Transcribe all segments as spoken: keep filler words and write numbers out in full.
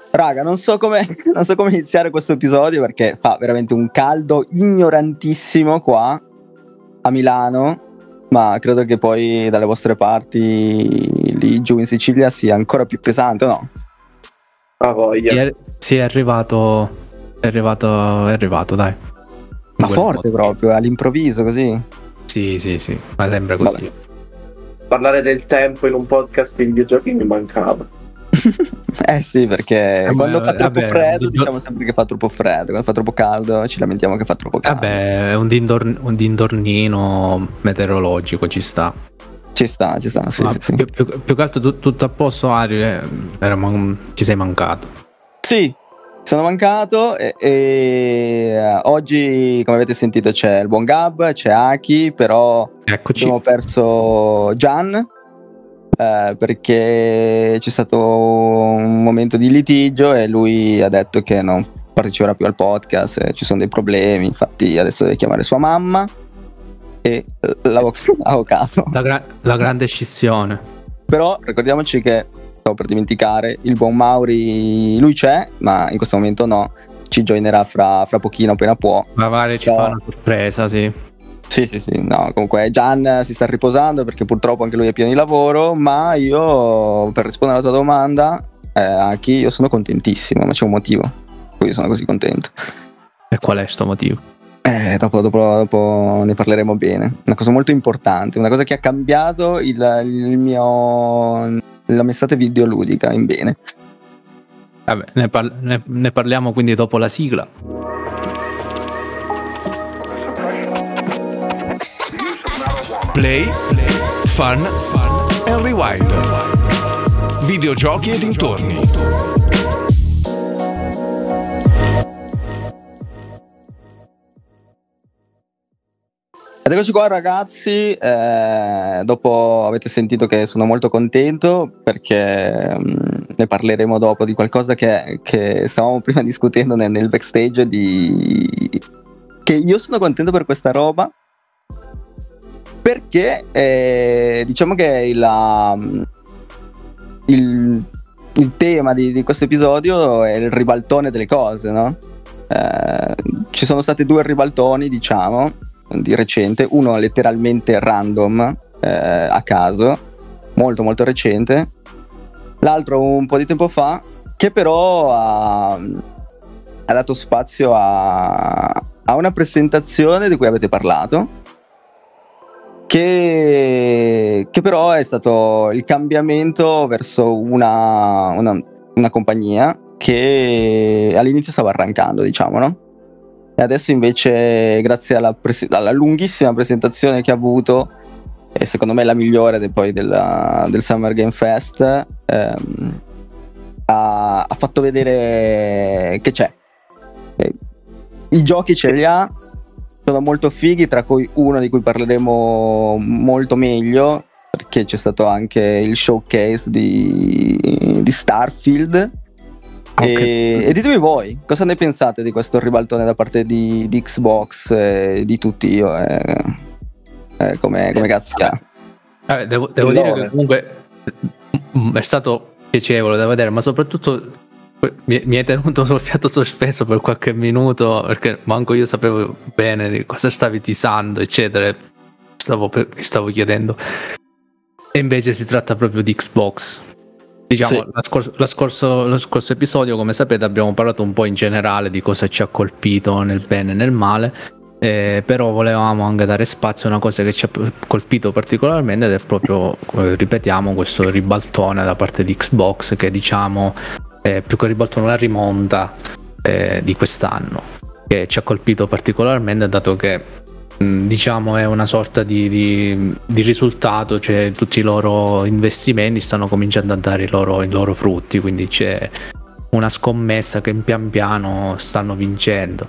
Raga, non so come non so come iniziare questo episodio perché fa veramente un caldo ignorantissimo qua a Milano, ma credo che poi dalle vostre parti lì giù in Sicilia sia ancora più pesante, no? Ah, voglia. Sì, è, sì, è arrivato, è arrivato, è arrivato, dai. Ma forte proprio, all'improvviso così? Sì, sì, sì, ma sembra così. Vabbè. Parlare del tempo in un podcast di videogiochi mi mancava. Eh sì, perché Eh, quando ma- fa troppo vabbè, freddo un- diciamo sempre che fa troppo freddo, quando fa troppo caldo ci lamentiamo che fa troppo caldo. Vabbè, è un, dindor- un dindornino meteorologico, ci sta. Ci sta, ci sta, sì, Ma sì, sì. Più, più- più che altro tu- tutto a posto, Ari, eh, era man- ci sei mancato. Sì, sono mancato e, e, eh, oggi, come avete sentito, c'è il buon Gab, c'è Aki, però Eccoci. abbiamo perso Gian eh, perché c'è stato un momento di litigio e lui ha detto che non parteciperà più al podcast, eh, ci sono dei problemi, infatti adesso deve chiamare sua mamma e eh, l'avoc- l'avvocato. La, gra- la grande scissione. Però ricordiamoci che, stavo per dimenticare, il buon Mauri, lui c'è, ma in questo momento no, ci joinerà fra, fra pochino appena può. Magari ci No. fa una sorpresa, sì. Sì, sì, sì, no, comunque Gian si sta riposando perché purtroppo anche lui è pieno di lavoro, ma io, per rispondere alla tua domanda, eh, Aki, io sono contentissimo, ma c'è un motivo per cui sono così contento. E qual è sto motivo? Eh, dopo, dopo, dopo ne parleremo bene. Una cosa molto importante, una cosa che ha cambiato il, il mio, la mia estate videoludica in bene. Vabbè, ne, par- ne- ne parliamo quindi dopo la sigla. Play, fun, and rewind. Videogiochi e dintorni. Ed eccoci qua ragazzi, eh, dopo avete sentito che sono molto contento perché mh, ne parleremo dopo di qualcosa che, che stavamo prima discutendo nel, nel backstage di... che io sono contento per questa roba perché eh, diciamo che la, il, il tema di, di questo episodio è il ribaltone delle cose, no? Eh, ci sono stati due ribaltoni, diciamo, di recente, uno letteralmente random, eh, a caso, molto molto recente, l'altro un po' di tempo fa, che però ha, ha dato spazio a, a una presentazione di cui avete parlato, che, che però è stato il cambiamento verso una, una, una compagnia che all'inizio stava arrancando, diciamo, no? E adesso invece, grazie alla, pres- alla lunghissima presentazione che ha avuto, e secondo me la migliore de- poi della, del Summer Game Fest, ehm, ha, ha fatto vedere che c'è. E i giochi ce li ha, sono molto fighi, tra cui uno di cui parleremo molto meglio, perché c'è stato anche il showcase di, di Starfield. Okay. E, e ditemi voi, cosa ne pensate di questo ribaltone da parte di, di Xbox e di tutti io? Eh, eh, come, come cazzo si chiama? Eh, devo devo dire che comunque mm, è stato piacevole da vedere, ma soprattutto mi, mi è tenuto sul fiato sospeso per qualche minuto perché manco io sapevo bene di cosa stavi tisando, eccetera. Stavo, per, mi stavo chiedendo. E invece si tratta proprio di Xbox. Diciamo, Sì. la scor- la scorso, lo scorso episodio, come sapete, abbiamo parlato un po' in generale di cosa ci ha colpito nel bene e nel male, eh, però volevamo anche dare spazio a una cosa che ci ha colpito particolarmente ed è proprio, eh, ripetiamo, questo ribaltone da parte di Xbox che, diciamo, eh, più che ribaltone, la rimonta eh, di quest'anno, che ci ha colpito particolarmente dato che, diciamo, è una sorta di, di, di risultato, cioè tutti i loro investimenti stanno cominciando a dare i loro, i loro frutti, quindi c'è una scommessa che pian piano stanno vincendo.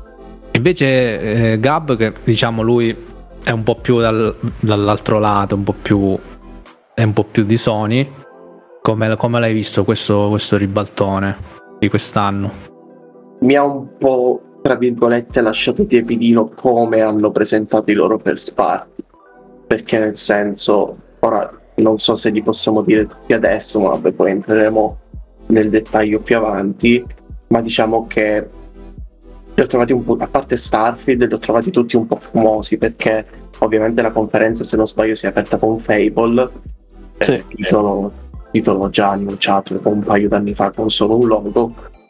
Invece eh, Gab, che diciamo lui è un po' più dal, dall'altro lato, un po' più è un po' più di Sony, come, come l'hai visto questo, questo ribaltone di quest'anno? Mi ha un po', tra virgolette, lasciato tiepidino come hanno presentato i loro first party, perché nel senso, ora non so se li possiamo dire tutti adesso, ma vabbè, poi entreremo nel dettaglio più avanti, ma diciamo che li ho trovati un po', a parte Starfield, li ho trovati tutti un po' fumosi, perché ovviamente la conferenza, se non sbaglio, si è aperta con Fable, Sì. eh, titolo, titolo già annunciato un paio d'anni fa con solo un logo,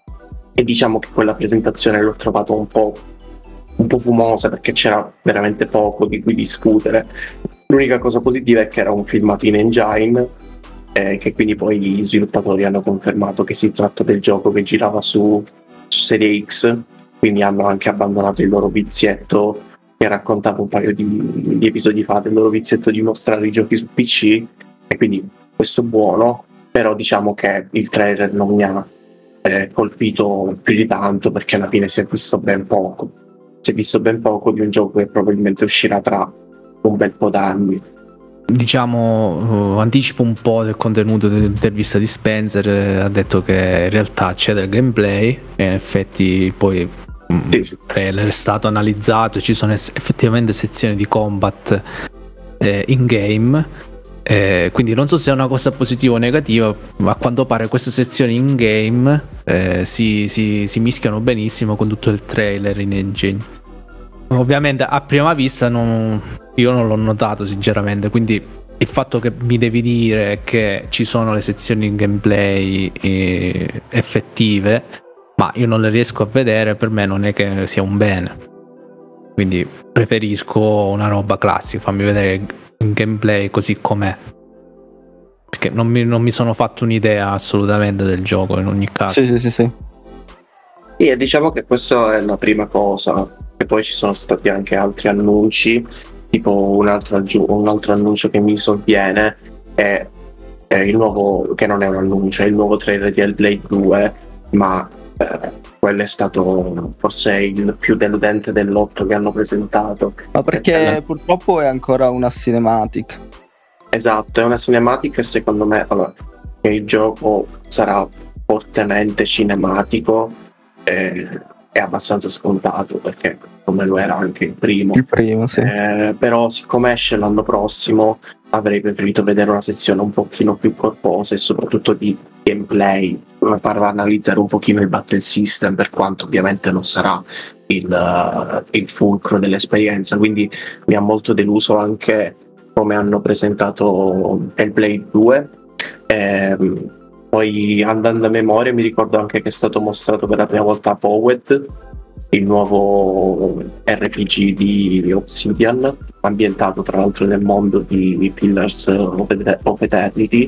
e diciamo che quella presentazione l'ho trovato un po', un po' fumosa, perché c'era veramente poco di cui discutere. L'unica cosa positiva è che era un filmato in engine, eh, che quindi poi gli sviluppatori hanno confermato che si tratta del gioco che girava su, su Serie X, quindi hanno anche abbandonato il loro vizietto che raccontava un paio di, di episodi fa, del loro vizietto di mostrare i giochi su P C, e quindi questo è buono. Però diciamo che il trailer non mi ha eh, colpito più di tanto, perché alla fine si è visto ben poco si è visto ben poco di un gioco che probabilmente uscirà tra un bel po' d'anni. Diciamo, uh, anticipo un po' del contenuto dell'intervista di Spencer. eh, ha detto che in realtà c'è del gameplay, e in effetti poi mm, Sì, sì. il trailer è stato analizzato, ci sono es- effettivamente sezioni di combat eh, in game, eh, quindi non so se è una cosa positiva o negativa, ma a quanto pare queste sezioni in game eh, si, si, si mischiano benissimo con tutto il trailer in engine. Ovviamente a prima vista non, io non l'ho notato sinceramente, quindi il fatto che mi devi dire che ci sono le sezioni in gameplay eh, effettive, ma io non le riesco a vedere, per me non è che sia un bene. Quindi preferisco una roba classica, fammi vedere in gameplay così com'è, perché non mi, non mi sono fatto un'idea assolutamente del gioco in ogni caso. Sì, sì, sì, sì. Sì, e diciamo che questa è la prima cosa, e poi ci sono stati anche altri annunci, tipo un altro, aggiu- un altro annuncio che mi sovviene è, è il nuovo, che non è un annuncio, è il nuovo trailer di Hellblade due, ma eh, quello è stato forse il più deludente dell'otto che hanno presentato. Ma perché Eh, purtroppo è ancora una cinematic. Esatto, è una cinematic, e secondo me allora, che il gioco sarà fortemente cinematico eh, è abbastanza scontato, perché come lo era anche il primo. Il primo, sì. Eh, però siccome esce l'anno prossimo avrei preferito vedere una sezione un pochino più corposa e soprattutto di gameplay, come farà analizzare un pochino il battle system, per quanto ovviamente non sarà il, uh, il fulcro dell'esperienza. Quindi mi ha molto deluso anche come hanno presentato Hellblade due. Eh, poi andando a memoria mi ricordo anche che è stato mostrato per la prima volta Powed, il nuovo R P G di Obsidian, ambientato tra l'altro nel mondo di Pillars of Eternity,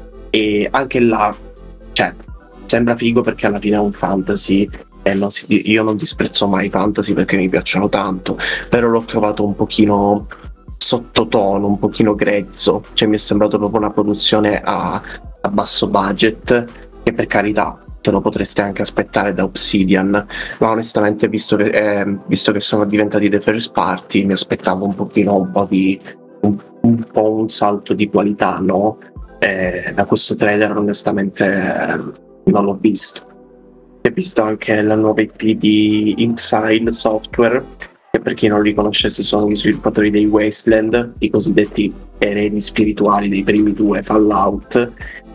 e anche là, cioè, sembra figo perché alla fine è un fantasy, e non si, io non disprezzo mai i fantasy perché mi piacciono tanto, però l'ho trovato un pochino sottotono, un pochino grezzo, cioè mi è sembrato proprio una produzione a, a basso budget, che per carità te lo potreste anche aspettare da Obsidian, ma onestamente visto che, eh, visto che sono diventati the first party, mi aspettavo un pochino un po' di un, un po' un salto di qualità, no? Eh, da questo trailer onestamente eh, non l'ho visto. Ho visto anche la nuova I P di Inside Software, che per chi non li conoscesse sono gli sviluppatori dei Wasteland, i cosiddetti eredi spirituali dei primi due Fallout,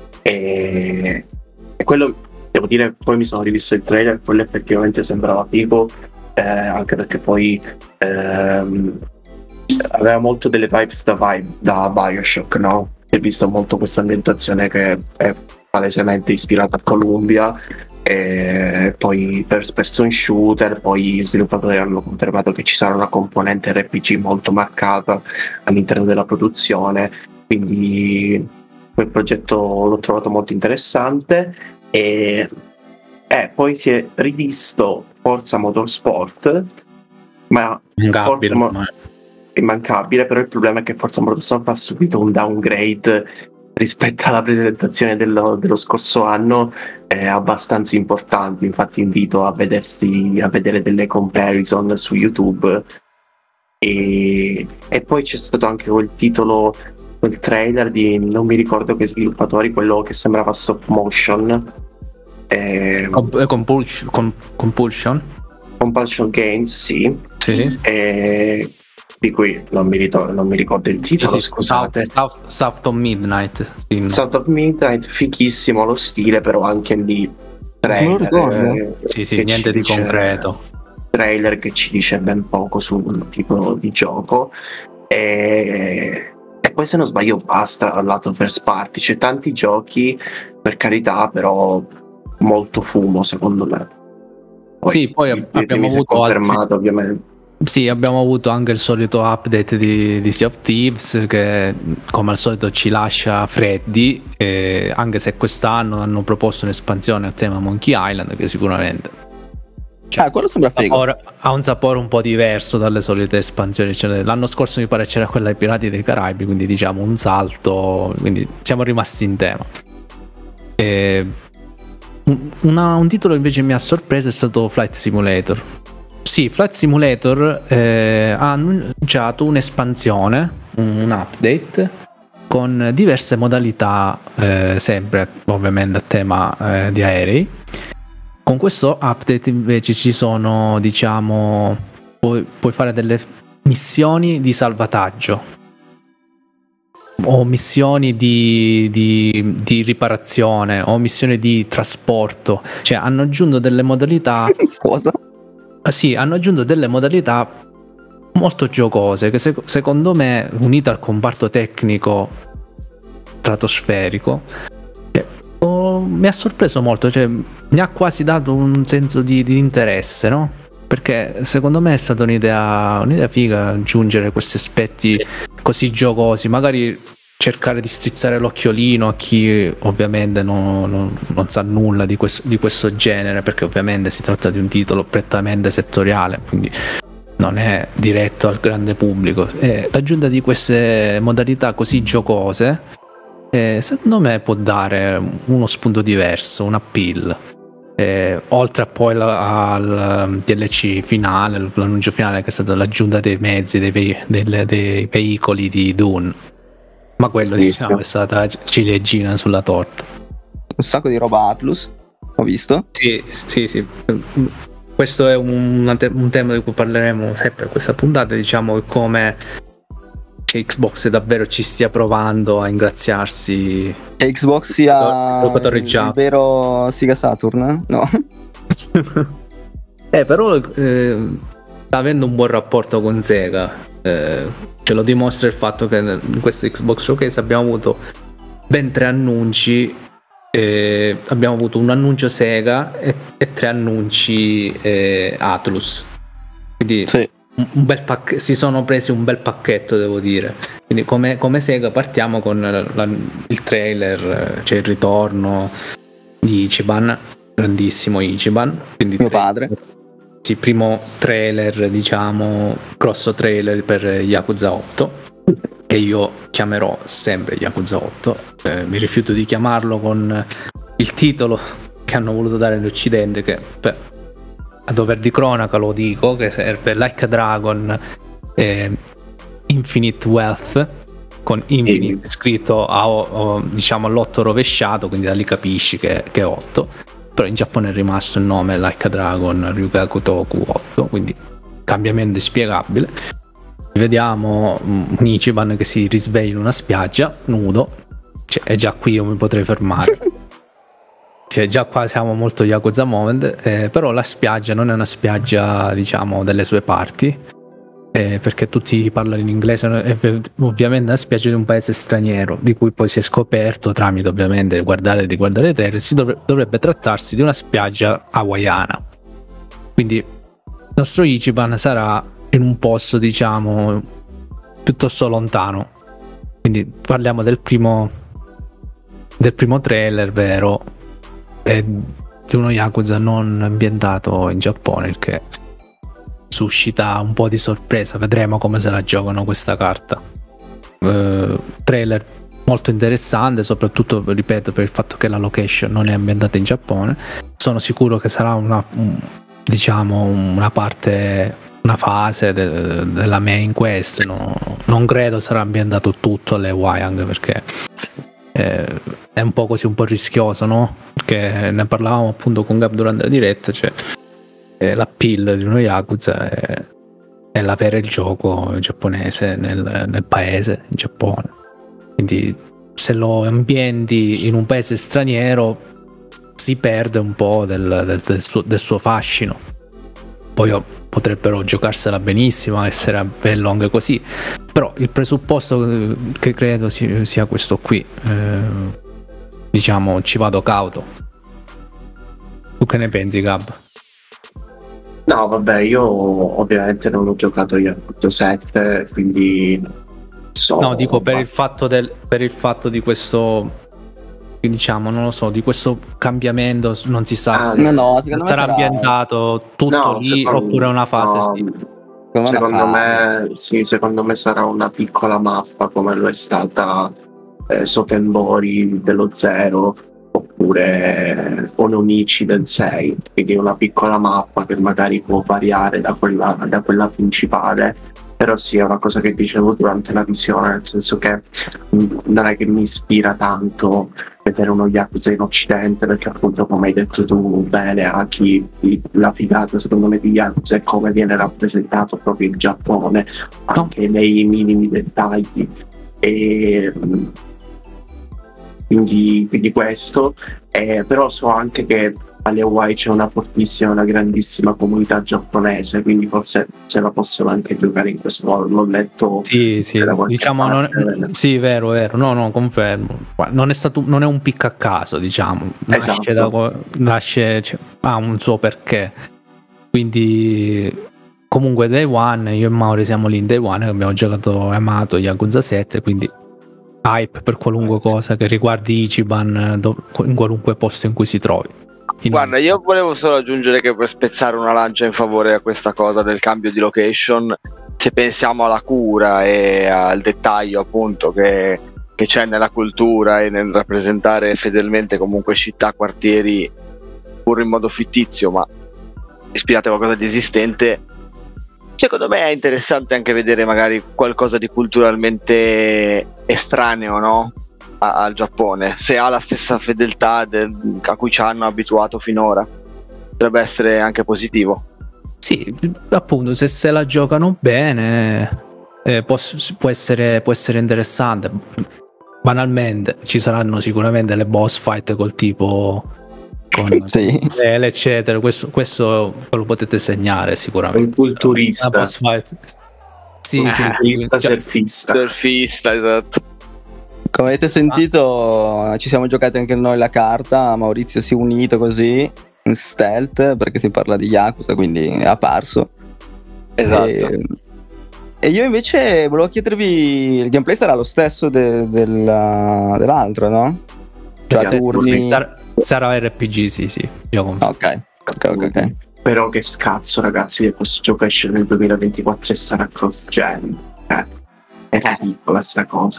e, e quello, devo dire, poi mi sono rivisto il trailer, quello effettivamente sembrava figo, eh, anche perché poi ehm, aveva molto delle vibes da, vibe, da Bioshock, no? Si è visto molto questa ambientazione che è palesemente ispirata a Columbia, e poi first person shooter. Poi gli sviluppatori hanno confermato che ci sarà una componente R P G molto marcata all'interno della produzione, quindi quel progetto l'ho trovato molto interessante. E eh, poi si è rivisto Forza Motorsport, ma Immancabile, Forza Mo- ma- immancabile, però il problema è che Forza Motorsport ha subito un downgrade rispetto alla presentazione dello, dello scorso anno, è abbastanza importante. Infatti invito a vedersi a vedere delle comparison su YouTube. E, e poi c'è stato anche quel titolo, quel trailer di non mi ricordo che sviluppatori, quello che sembrava stop motion, eh, Comp- eh, compulsion, com- compulsion? Compulsion Games, sì. Sì, sì. E di cui non mi ricordo, non mi ricordo il titolo, sì, scusate. South, South of Midnight. Sì, no. South of Midnight, fighissimo lo stile, però anche lì trailer, eh, sì, sì, che niente ci di dice- concreto. trailer che ci dice ben poco sul tipo di gioco. E, e poi se non sbaglio basta al lato first party, c'è tanti giochi per carità, però molto fumo secondo me. Poi, Sì, poi ab- ditemi abbiamo se è avuto altri- confermato ovviamente. Sì, abbiamo avuto anche il solito update di, di Sea of Thieves che come al solito ci lascia freddi, eh, anche se quest'anno hanno proposto un'espansione a tema Monkey Island che sicuramente Cioè, quello sembra figo. Ora, ha un sapore un po' diverso dalle solite espansioni. Cioè, l'anno scorso mi pare c'era quella ai Pirati dei Caraibi, quindi diciamo un salto, quindi siamo rimasti in tema. E un, una- un titolo invece mi ha sorpreso è stato Flight Simulator. Sì, Flight Simulator eh, ha annunciato un'espansione, un, un update con diverse modalità, eh, sempre ovviamente a tema eh, di aerei. Con questo update invece ci sono, diciamo, puoi, puoi fare delle missioni di salvataggio o missioni di, di, di riparazione o missioni di trasporto. Cioè hanno aggiunto delle modalità Cosa? sì, hanno aggiunto delle modalità molto giocose che sec- secondo me, unite al comparto tecnico stratosferico, eh, oh, mi ha sorpreso molto, cioè mi ha quasi dato un senso di, di interesse, no? Perché secondo me è stata un'idea, un'idea figa aggiungere questi aspetti così giocosi, magari cercare di strizzare l'occhiolino a chi ovviamente non, non- non sa nulla di questo, di questo genere, perché ovviamente si tratta di un titolo prettamente settoriale, quindi non è diretto al grande pubblico. E l'aggiunta di queste modalità così giocose, eh, secondo me può dare uno spunto diverso, un appeal. Eh, oltre a poi la- al D L C finale, l'annuncio finale che è stato l'aggiunta dei mezzi, dei, ve- delle- dei veicoli di Dune. Ma quello diciamo è stata ciliegina sulla torta. Un sacco di roba Atlus, ho visto. Sì, sì, sì. Questo è un, un tema di cui parleremo sempre in questa puntata, diciamo, come Xbox davvero ci stia provando a ingraziarsi. Che Xbox sia Giocatore il già. vero Sega Saturn, eh? No. Eh, però eh, sta avendo un buon rapporto con Sega. Eh, ce lo dimostra il fatto che in questo Xbox Showcase abbiamo avuto ben tre annunci. Eh, abbiamo avuto un annuncio Sega e, e tre annunci eh, Atlus. Quindi Sì. un, un bel pacchetto, si sono presi un bel pacchetto, devo dire. Quindi come, come Sega partiamo con la- la- il trailer, eh, c'è il ritorno di Ichiban, grandissimo Ichiban, quindi Mio tra- padre. sì, primo trailer, diciamo, grosso trailer per Yakuza otto, che io chiamerò sempre Yakuza otto. Eh, mi rifiuto di chiamarlo con il titolo che hanno voluto dare in Occidente, che per, a dover di cronaca lo dico, che serve Like a Dragon eh, Infinite Wealth, con Infinite scritto a, o- diciamo all'otto rovesciato, quindi da lì capisci che, che è otto. Però in Giappone è rimasto il nome Like a Dragon Ryugaku Toku otto, quindi cambiamento inspiegabile. Vediamo un Ichiban che si risveglia in una spiaggia nudo, cioè, e già qui io mi potrei fermare. Cioè, già qua siamo molto Yakuza moment, eh, però la spiaggia non è una spiaggia, diciamo, delle sue parti, eh, perché tutti parlano in inglese, è ovviamente una spiaggia di un paese straniero, di cui poi si è scoperto tramite ovviamente guardare e riguardare terre, si dovre- dovrebbe trattarsi di una spiaggia hawaiana. Quindi il nostro Ichiban sarà in un posto, diciamo, piuttosto lontano. Quindi parliamo del primo del primo trailer vero, e di uno Yakuza non ambientato in Giappone, il che suscita un po' di sorpresa. Vedremo come se la giocano questa carta. Eh, trailer molto interessante, soprattutto, ripeto, per il fatto che la location non è ambientata in Giappone. Sono sicuro che sarà una, un- diciamo, una parte, una fase de- della main quest. No, non credo sarà ambientato tutto alle Hawaii, anche perché eh, è un po' così, un po' rischioso, no? Perché ne parlavamo appunto con Gab durante la diretta, cioè eh, l'appeal di uno Yakuza è è l'avere il gioco giapponese nel, nel paese, in Giappone. Quindi se lo ambienti in un paese straniero si perde un po' del, del, del, suo, del suo fascino. Poi oh, potrebbero giocarsela benissimo, essere bello anche così, però il presupposto che credo sia questo qui, eh, diciamo ci vado cauto. Tu che ne pensi, Gab? No, vabbè, io ovviamente non ho giocato Yakuza sette, quindi so. No, dico per il fatto del per il fatto di questo, diciamo, non lo so, di questo cambiamento, non si sa Ah, se no, no, secondo me sarà sarà- ambientato tutto No, lì secondo- oppure una fase no, sì. Secondo me Secondo la fa- me, sì, secondo me sarà una piccola mappa come lo è stata eh, Sokenbori dello zero oppure Ononichi del sei, quindi una piccola mappa che magari può variare da quella, da quella principale, però sì, è una cosa che dicevo durante la visione, nel senso che mh, non è che mi ispira tanto vedere uno Yakuza in occidente, perché appunto come hai detto tu bene, Aki, la figata secondo me di Yakuza è come viene rappresentato proprio in Giappone, anche nei minimi dettagli, e mh, quindi, quindi questo, eh, però so anche che alle Hawaii c'è una fortissima, una grandissima comunità giapponese, quindi forse se la possono anche giocare in questo modo. L'ho letto Sì, sì, da qualche diciamo non parte. è, sì, vero, vero, no, no, confermo. Non è stato, non è un picco a caso, diciamo, nasce, Esatto. da, co- nasce cioè, ha un suo perché. Quindi comunque Day One, io e Mauri siamo lì in Day One, abbiamo giocato e amato Yakuza sette, quindi hype per qualunque cosa che riguardi Ichiban do- in qualunque posto in cui si trovi. In- Guarda, io volevo solo aggiungere che per spezzare una lancia in favore a questa cosa del cambio di location, se pensiamo alla cura e al dettaglio appunto che, che c'è nella cultura e nel rappresentare fedelmente comunque città, quartieri, pur in modo fittizio, ma ispirate a qualcosa di esistente, secondo me è interessante anche vedere magari qualcosa di culturalmente estraneo, no? A- al Giappone, se ha la stessa fedeltà del- a cui ci hanno abituato finora, potrebbe essere anche positivo. Sì, appunto, se se la giocano bene eh, può, può essere, può essere interessante. Banalmente ci saranno sicuramente le boss fight col tipo con Sì. L, eccetera. Questo, questo lo potete segnare sicuramente. Un culturista. La boss fight. Sì, Eh, sì, sì. surfista, Cioè, surfista. Surfista, esatto. Come avete sentito, ci siamo giocati anche noi la carta. Maurizio si è unito così in stealth perché si parla di Yakuza, quindi è apparso. Esatto. E, e io invece volevo chiedervi: il gameplay sarà lo stesso de- del- dell'altro, no? Cioè Sì, turni. Sarà, sarà R P G, sì, sì. Gioco. Ok, ok, ok, ok. Però che scazzo, ragazzi, che questo gioco esce nel duemilaventiquattro e sarà cross-gen. Eh, è ridicola sta cosa.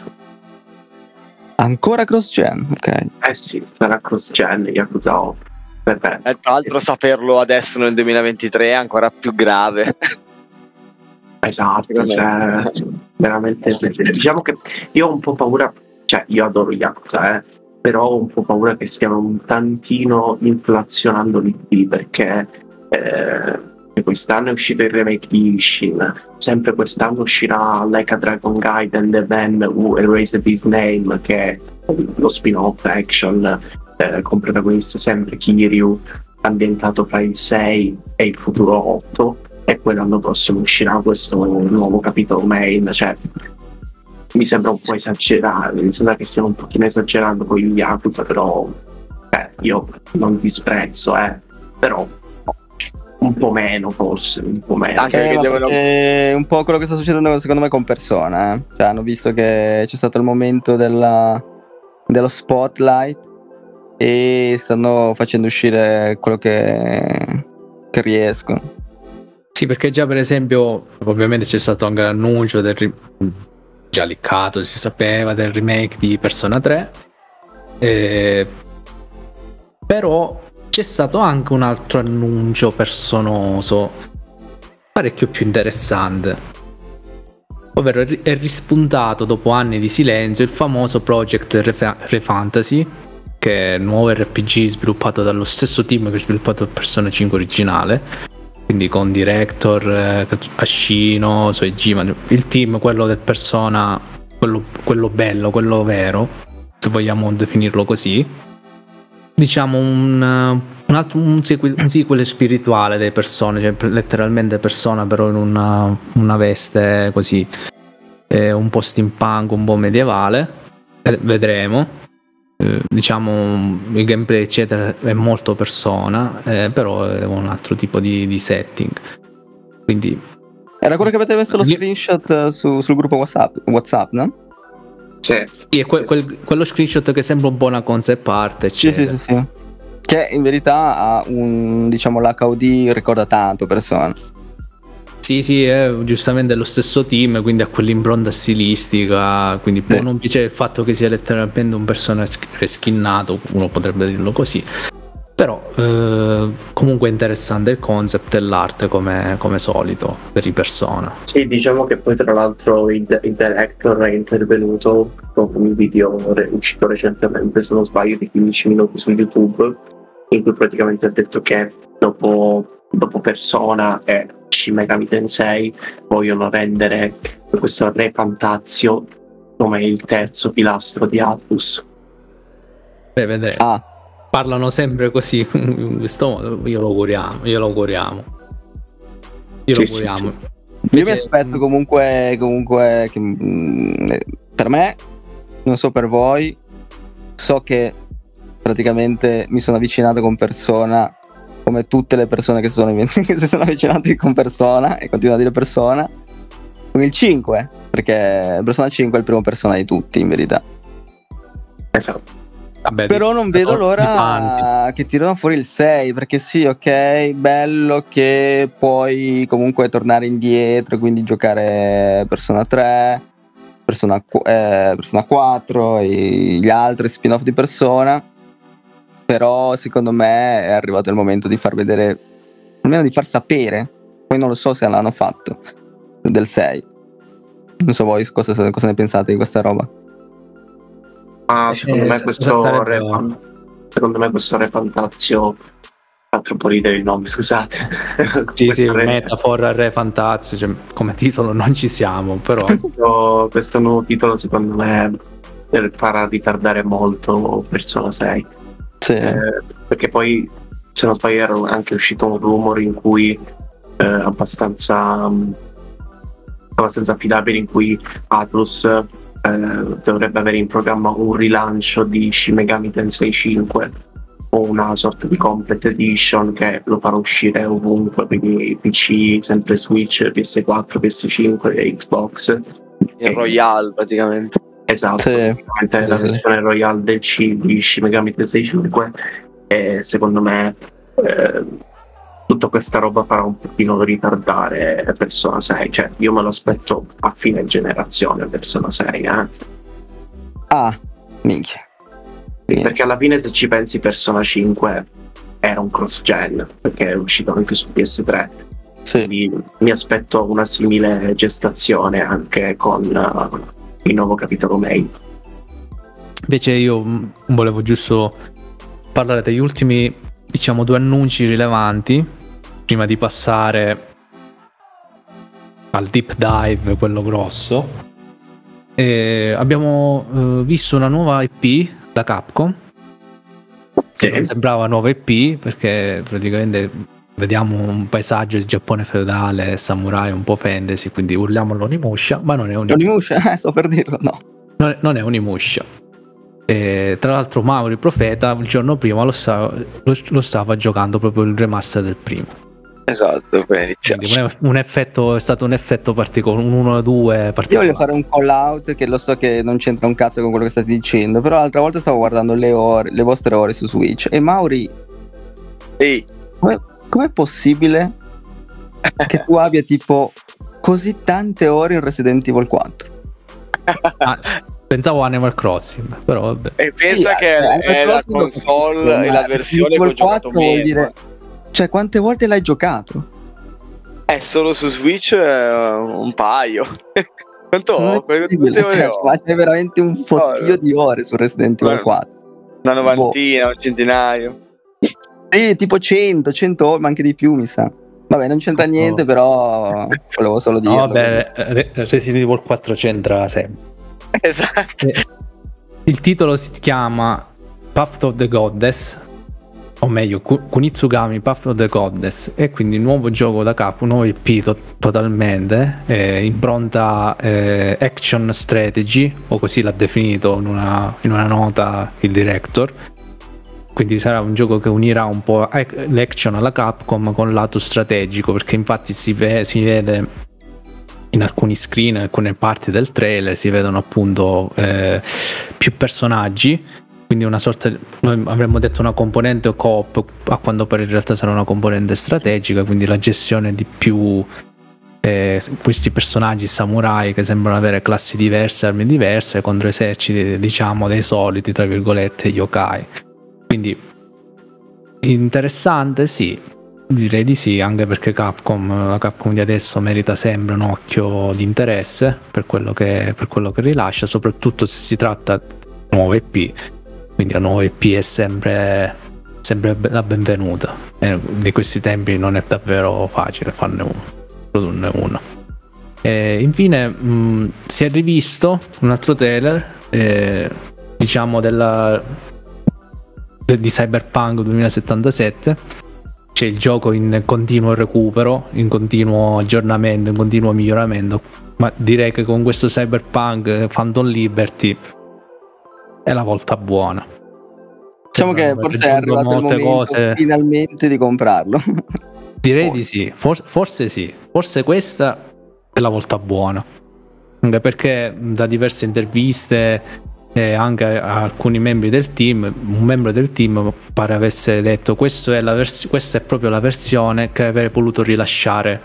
Ancora cross-gen, ok. Eh sì, sarà cross-gen, Yakuza otto. Perfetto. E tra l'altro saperlo adesso nel duemilaventitré è ancora più grave. Esatto, Secondo cioè, veramente. Diciamo che io ho un po' paura, cioè io adoro Yakuza, eh, però ho un po' paura che stiano un tantino inflazionando l'I P, perché eh, quest'anno è uscito il remake di Ishin, sempre quest'anno uscirà Like a Dragon Gaiden The Man Who Erased His Name, che è lo spin-off action eh, con protagonista sempre Kiryu, ambientato fra il sei e il futuro otto, e poi l'anno prossimo uscirà questo nuovo capitolo main. Cioè mi sembra un po' esagerato, mi sembra che stiamo un pochino esagerando con gli Yakuza, però eh, io non disprezzo, eh, però un po' meno forse, un po' meno. Anche Eh, perché ma devono- perché è un po' quello che sta succedendo secondo me con Persona, eh. Cioè, hanno visto che c'è stato il momento della- dello spotlight e stanno facendo uscire quello che, che riescono. Sì, perché già per esempio, ovviamente c'è stato anche l'annuncio del ri- già liccato, si sapeva del remake di Persona tre, eh, però c'è stato anche un altro annuncio personoso parecchio più interessante, ovvero è ri- è rispuntato dopo anni di silenzio il famoso Project Refa- Refantasy, che è il nuovo R P G sviluppato dallo stesso team che ha sviluppato il Persona cinque originale, quindi con director, eh, Ashino, Soejima, il team, quello del Persona, quello, quello bello, quello vero, se vogliamo definirlo così. Diciamo un, un altro un sequel, un sequel spirituale dei Persone, cioè letteralmente Persona però in una, una veste così, eh, un po' steampunk, un po' medievale, eh, vedremo. Eh, diciamo il gameplay eccetera è molto Persona, eh, però è un altro tipo di, di setting. Quindi era quello che avete messo lo screenshot su, sul gruppo WhatsApp, WhatsApp, no? Sì, sì, è que- quel, quello screenshot che sembra un po' una concept art, eccetera. Sì, sì, sì, sì. Che in verità ha un, diciamo, l'H U D ricorda tanto Persona. Sì, sì, è giustamente lo stesso team, quindi ha quell'impronta stilistica, quindi può Sì. non piacere il fatto che sia letteralmente un personaggio reskinnato, uno potrebbe dirlo così, però eh, comunque è interessante il concept e l'arte come, come solito per i Persona. sì, diciamo che poi tra l'altro il, il director è intervenuto con un video re- uscito recentemente, se non sbaglio, di quindici minuti su YouTube, in cui praticamente ha detto che dopo, dopo Persona e Shin Megami Tensei vogliono rendere questo Re Fantazio come il terzo pilastro di Atlus. Beh, vedremo. Ah, Parlano sempre così in questo modo, io lo auguriamo, io lo auguriamo. Io Sì, lo sì, auguriamo. sì. io mi Invece- aspetto comunque, comunque che, mm, per me, non so per voi, so che praticamente mi sono avvicinato con Persona come tutte le persone che si sono, che si sono avvicinate con Persona e continuo a dire Persona con il cinque, perché Persona cinque è il primo Persona di tutti in verità. Esatto. Vabbè, Però non vedo di- l'ora di- che tirano fuori il sei, perché sì, ok, bello che puoi comunque tornare indietro, quindi giocare Persona tre, Persona, qu- eh, Persona quattro e gli altri spin-off di Persona. Però secondo me è arrivato il momento di far vedere, almeno di far sapere, poi non lo so se l'hanno fatto, del sei. Non so voi cosa, cosa ne pensate di questa roba. Ma secondo Eh, me sa- questo sarebbe- Re Fan- secondo me questo Re Fantazio fa troppo ridere il nome, scusate. Sì, Questo sì, Re- Metafor, Re Fantazio, cioè, come titolo non ci siamo, però questo, questo nuovo titolo secondo me farà ritardare molto Persona sei. Sì. Eh, perché poi, se non sbaglio, era anche uscito un rumore in cui eh, abbastanza mh, abbastanza affidabile, in cui Atlus eh, dovrebbe avere in programma un rilancio di Shin Megami Tensei cinque o una sorta di complete edition che lo farà uscire ovunque, quindi P C, sempre Switch, P S quattro, P S cinque e Xbox. Il E- Royale praticamente. Esatto, Sì, praticamente sì, la sì, versione Royale del C di Shin Megami Tensei cinque, e secondo me eh, tutta questa roba farà un pochino ritardare Persona sei, cioè io me lo aspetto a fine generazione Persona sei, eh? Ah, minchia. Sì, perché alla fine se ci pensi Persona cinque era un cross gen, perché è uscito anche su P S tre, Sì. quindi mi aspetto una simile gestazione anche con uh, il nuovo capitolo main. invece io mh, volevo giusto parlare degli ultimi, diciamo, due annunci rilevanti prima di passare al deep dive, quello grosso. E abbiamo eh, visto una nuova I P da Capcom, che Sì. non sembrava nuova I P perché praticamente vediamo un paesaggio di Giappone feudale, samurai, un po' fantasy, quindi urliamo l'Onimusha, ma non è un Onimusha, eh, sto per dirlo, no. non è, non è Onimusha. E tra l'altro Mauri Profeta il giorno prima lo stava, lo, lo stava giocando proprio il remaster del primo, Esatto, per iniziare. quindi un, un effetto, è stato un effetto particolare, un uno due Io particolare. voglio fare un call out che lo so che non c'entra un cazzo con quello che state dicendo, però l'altra volta stavo guardando le ore, le vostre ore su Switch e Mauri, Ehi, come com'è possibile che tu abbia tipo così tante ore in Resident Evil quattro? Ah, pensavo Animal Crossing, però vabbè. e pensa Sì, che eh, è Animal la Crossing lo console capisco, e ma la versione che ho Resident Evil giocato quattro vuol meno. dire, cioè quante volte l'hai giocato? È solo su Switch eh, un paio. Quanto Non ho? è Quante possibile, ore cioè, ho? ma c'è veramente un fottio no. di ore su Resident Evil Guarda, quattro. Una Boh. novantina, un centinaio. Sì, tipo cento, cento ore, ma anche di più mi sa. Vabbè, non c'entra niente, però volevo solo dirlo. No, vabbè, Re- Resident Evil quattro c'entra sempre. Esatto. Il titolo si chiama Path of the Goddess, o meglio Kunitsugami Path of the Goddess, e quindi nuovo gioco da capo, un nuovo I P to- totalmente eh, impronta eh, action strategy, o così l'ha definito in una, in una nota il director. Quindi sarà un gioco che unirà un po' l'action alla Capcom con il lato strategico, perché infatti si, ve- si vede in alcuni screen, in alcune parti del trailer si vedono appunto eh, più personaggi, quindi una sorta di, noi avremmo detto una componente co-op, a quanto pare in realtà sarà una componente strategica, quindi la gestione di più eh, questi personaggi samurai che sembrano avere classi diverse, armi diverse, contro eserciti diciamo dei soliti tra virgolette yokai. Quindi interessante, sì, direi di sì, anche perché Capcom, la Capcom di adesso merita sempre un occhio di interesse per quello che, per quello che rilascia, soprattutto se si tratta di nuove I P, quindi la nuova I P è sempre, sempre la benvenuta, e di questi tempi non è davvero facile farne uno, produrne uno. E infine mh, si è rivisto un altro trailer, eh, diciamo della, de, di Cyberpunk duemilasettantasette. C'è il gioco in continuo recupero, in continuo aggiornamento, in continuo miglioramento, ma direi che con questo Cyberpunk Phantom Liberty è la volta buona. Diciamo che forse è arrivato il momento cose... finalmente di comprarlo. Direi di sì, For- forse sì, forse questa è la volta buona, anche perché da diverse interviste e anche a alcuni membri del team, un membro del team pare avesse detto questo è la vers- questa è proprio la versione che avrei voluto rilasciare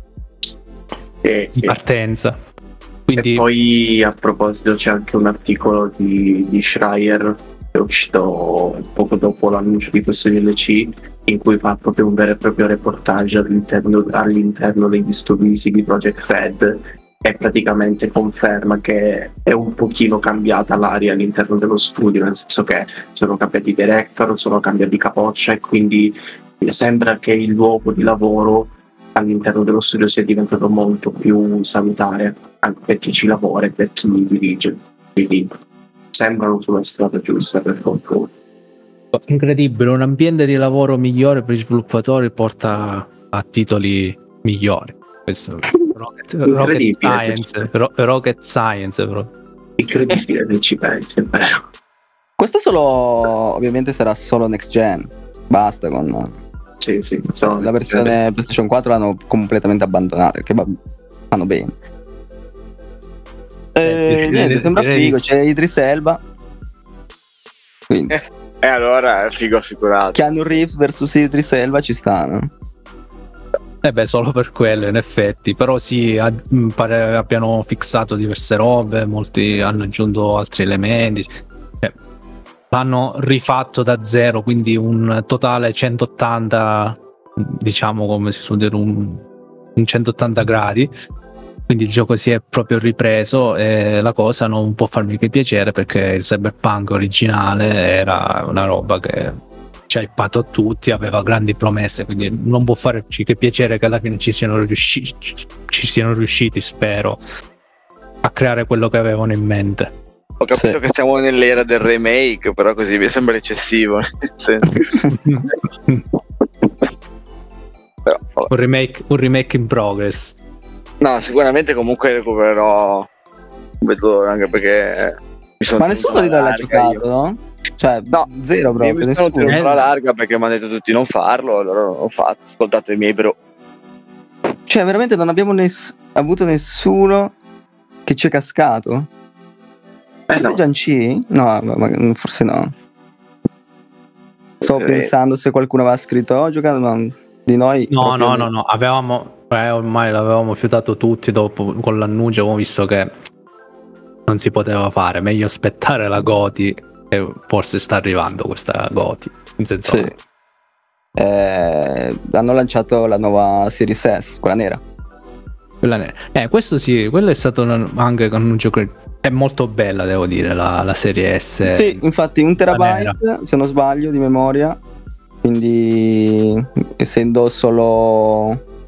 e, in partenza. Quindi... E poi a proposito c'è anche un articolo di, di Schreier che è uscito poco dopo l'annuncio di questo D L C, in cui fa proprio un vero e proprio reportage all'interno, all'interno degli studi di Project Red, e praticamente conferma che è un pochino cambiata l'aria all'interno dello studio, nel senso che sono cambiati i director, sono cambiati capoccia, e quindi sembra che il luogo di lavoro all'interno dello studio sia diventato molto più salutare anche per chi ci lavora e per chi li dirige, quindi sembrano sulla strada giusta per fortuna. Incredibile, un ambiente di lavoro migliore per gli sviluppatori porta a titoli migliori. Questo rocket, rocket science, ro- rocket science però. Incredibile che ci pensi, è vero. Questo solo, ovviamente sarà solo next gen, basta con sì, sì, la versione PlayStation quattro l'hanno completamente abbandonata, che va, fanno bene. Eh, eh, niente, sembra figo, c'è Idris Elba, quindi e eh, allora è figo assicurato. Keanu Reeves versus Idris Elba ci stanno. Eh beh, solo per quello in effetti, però sì, a, pare abbiano fissato diverse robe, molti hanno aggiunto altri elementi, eh, l'hanno rifatto da zero, quindi un totale centottanta, diciamo come si suol dire, un, un centottanta gradi, quindi il gioco si è proprio ripreso, e la cosa non può farmi che piacere, perché il Cyberpunk originale era una roba che ci ha hypato a tutti, aveva grandi promesse, quindi non può farci che piacere che alla fine ci siano riusciti, ci siano riusciti, spero, a creare quello che avevano in mente. Ho capito sì. Che siamo nell'era del remake, però così mi sembra eccessivo, nel senso. Però, un remake un remake in progress. No, sicuramente comunque recupererò, vedo, anche perché mi sono ma nessuno di noi l'ha giocato, io. No? Cioè, no, zero proprio. Io mi sono tenuto alla larga perché mi hanno detto tutti non farlo, allora l'ho fatto, ascoltato i miei bro. Cioè, veramente non abbiamo ness- avuto nessuno che ci è cascato? Eh forse no. Gianci? No, ma, ma, forse no. Sto eh. pensando se qualcuno aveva scritto ho giocato, ma di noi no no no no avevamo eh, ormai l'avevamo fiutato tutti dopo con l'annuncio, abbiamo visto che non si poteva fare, meglio aspettare la Goti, e forse sta arrivando questa Goti in senso sì. eh, hanno lanciato la nuova Series S, quella nera. Quella nera. Eh, questo sì, quello è stato un, anche un annuncio che è molto bella, devo dire, la, la serie S. Sì, infatti un terabyte se non sbaglio di memoria, quindi essendo solo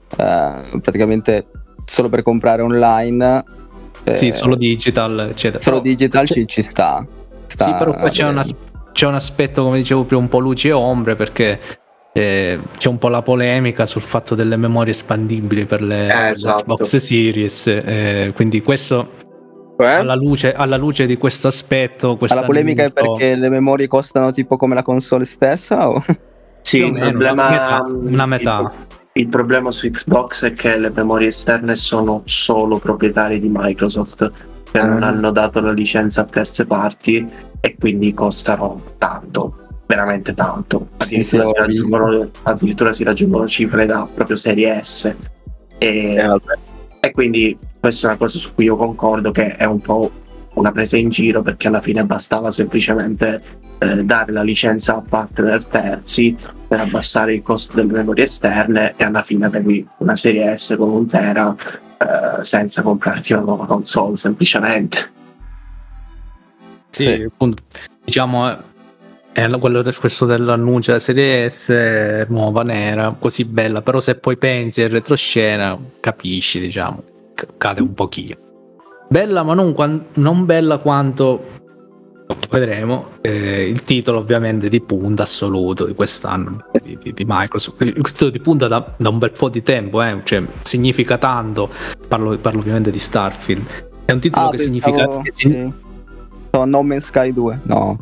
uh, praticamente solo per comprare online. Sì, eh, solo digital, eccetera. Solo Però, digital c'è, ci, ci sta, sta. Sì, però poi c'è, una, c'è un aspetto, come dicevo prima, un po' luci e ombre, perché eh, c'è un po' la polemica sul fatto delle memorie espandibili per le, Eh, per le esatto. Xbox Series, eh, quindi questo Eh? alla luce, alla luce di questo aspetto, Ma la polemica è quest'annuncio- perché le memorie costano tipo come la console stessa? O? Sì, più o il meno, problema, una metà, una metà. Il, il problema su Xbox è che le memorie esterne sono solo proprietarie di Microsoft, che Ah. non hanno dato la licenza a terze parti e quindi costano tanto, veramente tanto. Sì, sì, Addirittura, ho si, visto. raggiungono, addirittura si raggiungono cifre da proprio serie S. E, Eh, vabbè. e quindi questa è una cosa su cui io concordo, che è un po' una presa in giro, perché alla fine bastava semplicemente eh, dare la licenza a partner terzi per abbassare il costo delle memorie esterne, e alla fine avevi una serie S con un tera eh, senza comprarti una nuova console semplicemente. Sì, Sì. appunto, diciamo è quello del, questo dell'annuncio della serie S nuova nera, così bella, però se poi pensi in retroscena capisci, diciamo, c- cade un pochino. Bella, ma non, quan- non bella quanto vedremo. Eh, il titolo ovviamente di punta assoluto di quest'anno di, di, di Microsoft. Il titolo di punta da, da un bel po' di tempo, eh, cioè significa tanto. Parlo, parlo ovviamente di Starfield. È un titolo Ah, che pensavo, significa che sign- sì. No, No Man's Sky due, no.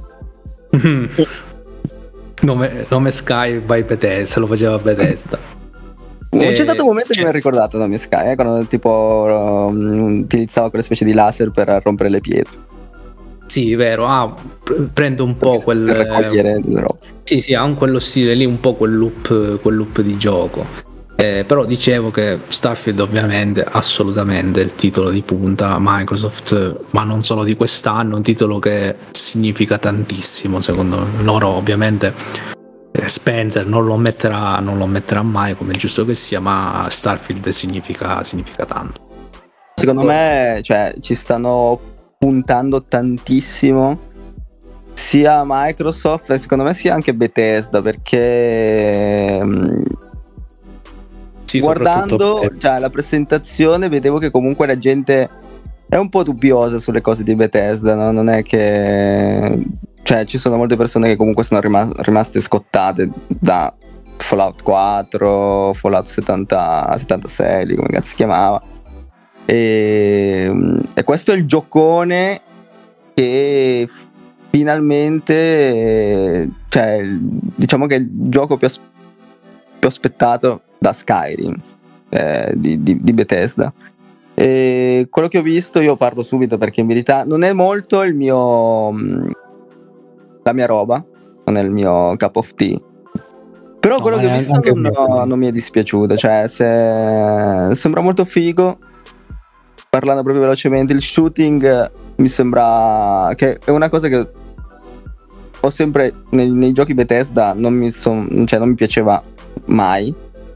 nome, nome Sky by Bethesda, lo faceva Bethesda. Non Eh, c'è stato un momento che cioè- mi ha ricordato No Man's Sky, eh, quando tipo um, utilizzava quelle specie di laser per rompere le pietre. Sì, vero, ah, pr- prende un po' Perché- quel per raccogliere le robe. Sì, sì, ha un quello stile lì, un po' quel loop, quel loop di gioco. Eh, però dicevo che Starfield ovviamente assolutamente il titolo di punta Microsoft, ma non solo di quest'anno, un titolo che significa tantissimo secondo loro. Ovviamente eh, Spencer non lo metterà, non lo metterà mai, come è giusto che sia, ma Starfield significa, significa tanto. Secondo me, cioè, ci stanno puntando tantissimo sia Microsoft e secondo me sia anche Bethesda, perché mh, Sì, guardando soprattutto- cioè, la presentazione vedevo che comunque la gente è un po' dubbiosa sulle cose di Bethesda, no? Non è che, cioè, ci sono molte persone che comunque sono rima- rimaste scottate da Fallout quattro, Fallout settanta, settantasei, lì, come cazzo si chiamava. E, e questo è il giocone che f- finalmente, cioè, diciamo che è il gioco più, as- più aspettato da Skyrim, eh, di, di, di Bethesda. E quello che ho visto, io parlo subito perché in verità non è molto il mio mh, la mia roba, non è il mio cup of tea. Però No, quello ma che ho neanche visto il non, mio. non mi è dispiaciuto, cioè se, sembra molto figo. Parlando proprio velocemente, il shooting mi sembra che è una cosa che ho sempre nei, nei giochi Bethesda non mi, son, cioè non mi piaceva mai,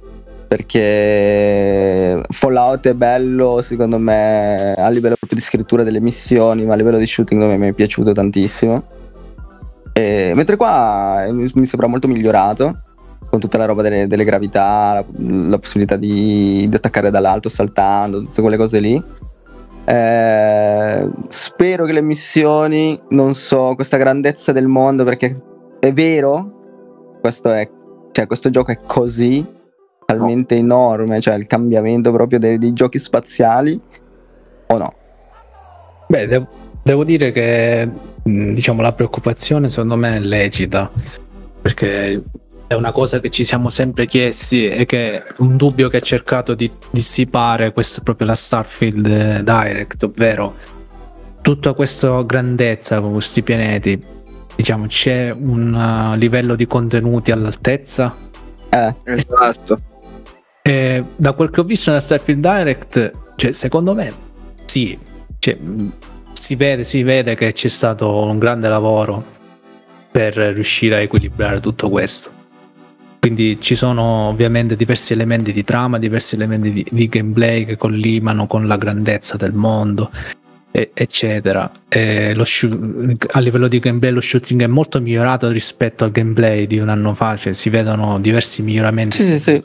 perché Fallout è bello secondo me a livello proprio di scrittura delle missioni, ma a livello di shooting non mi è piaciuto tantissimo. E, mentre qua mi, mi sembra molto migliorato, con tutta la roba delle, delle gravità, la, la possibilità di, di attaccare dall'alto saltando, tutte quelle cose lì. Eh, spero che le missioni, non so, questa grandezza del mondo, perché è vero, questo è, cioè questo gioco è così talmente enorme, cioè il cambiamento proprio dei, dei giochi spaziali, o no? Beh, devo, devo dire che mh, diciamo la preoccupazione secondo me è lecita, perché è una cosa che ci siamo sempre chiesti e che un dubbio che ha cercato di dissipare questo è proprio la Starfield Direct, ovvero tutta questa grandezza con questi pianeti, diciamo c'è un uh, livello di contenuti all'altezza? Eh, Esatto. E da quel che ho visto nella Starfield Direct, cioè, secondo me sì, cioè, mh, si vede, si vede che c'è stato un grande lavoro per riuscire a equilibrare tutto questo. Quindi ci sono ovviamente diversi elementi di trama, diversi elementi di, di gameplay che collimano con la grandezza del mondo, e, eccetera. E lo shoot, a livello di gameplay lo shooting è molto migliorato rispetto al gameplay di un anno fa, cioè si vedono diversi miglioramenti sì, sì, sì.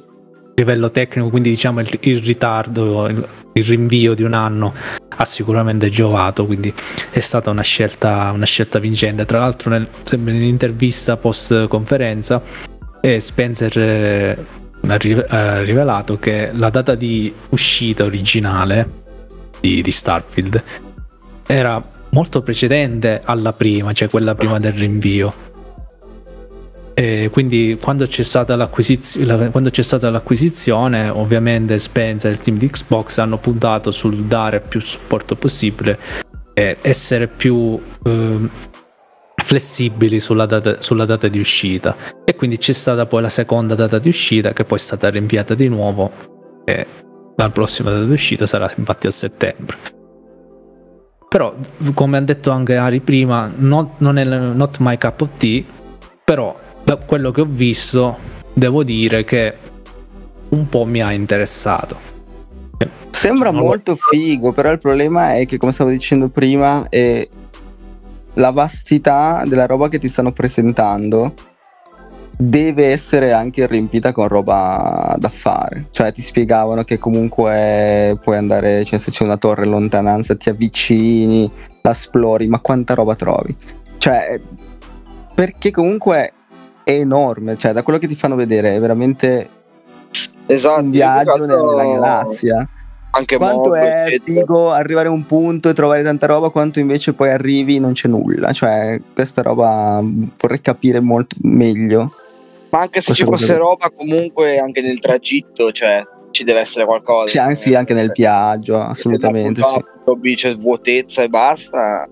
livello tecnico, quindi diciamo il, il ritardo, il, il rinvio di un anno ha sicuramente giovato, quindi è stata una scelta, una scelta vincente. Tra l'altro nel, sempre nell'intervista post conferenza eh, Spencer eh, ha, ri- ha rivelato che la data di uscita originale di, di Starfield era molto precedente alla prima, cioè quella prima del rinvio. E quindi quando c'è stata l'acquisizione, quando c'è stata l'acquisizione, ovviamente Spencer e il team di Xbox hanno puntato sul dare più supporto possibile e essere più eh, flessibili sulla data, sulla data di uscita, e quindi c'è stata poi la seconda data di uscita che poi è stata rinviata di nuovo, e la prossima data di uscita sarà infatti a settembre. Però come ha detto anche Ari prima, not, non è not my cup of tea, però da quello che ho visto devo dire che un po' mi ha interessato. Sembra molto figo, però il problema è che, come stavo dicendo prima, è la vastità della roba che ti stanno presentando deve essere anche riempita con roba da fare. Cioè ti spiegavano che comunque puoi andare, cioè se c'è una torre in lontananza ti avvicini, la esplori, ma quanta roba trovi? Cioè, perché comunque è enorme, cioè da quello che ti fanno vedere è veramente esatto, un viaggio io nella, guardo nella galassia. anche Quanto Mob, è eccetera. figo arrivare a un punto e trovare tanta roba, quanto invece poi arrivi e non c'è nulla. Cioè questa roba vorrei capire molto meglio. Ma anche se Questo ci fosse cosa- roba, comunque anche nel tragitto, cioè ci deve essere qualcosa. Sì, anche, sì, anche nel viaggio, assolutamente Se sì. da punto A a punto B c'è vuotezza e basta.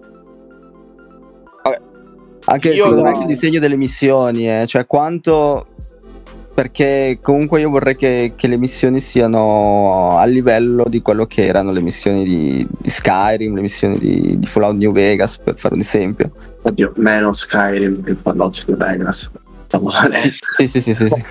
Anche Io secondo me no. anche il disegno delle missioni, eh, cioè quanto, perché comunque io vorrei che, che le missioni siano a livello di quello che erano le missioni di, di Skyrim, le missioni di, di Fallout New Vegas, per fare un esempio. Oddio, meno Skyrim che Fallout New Vegas. Sì, sì, sì, sì, sì.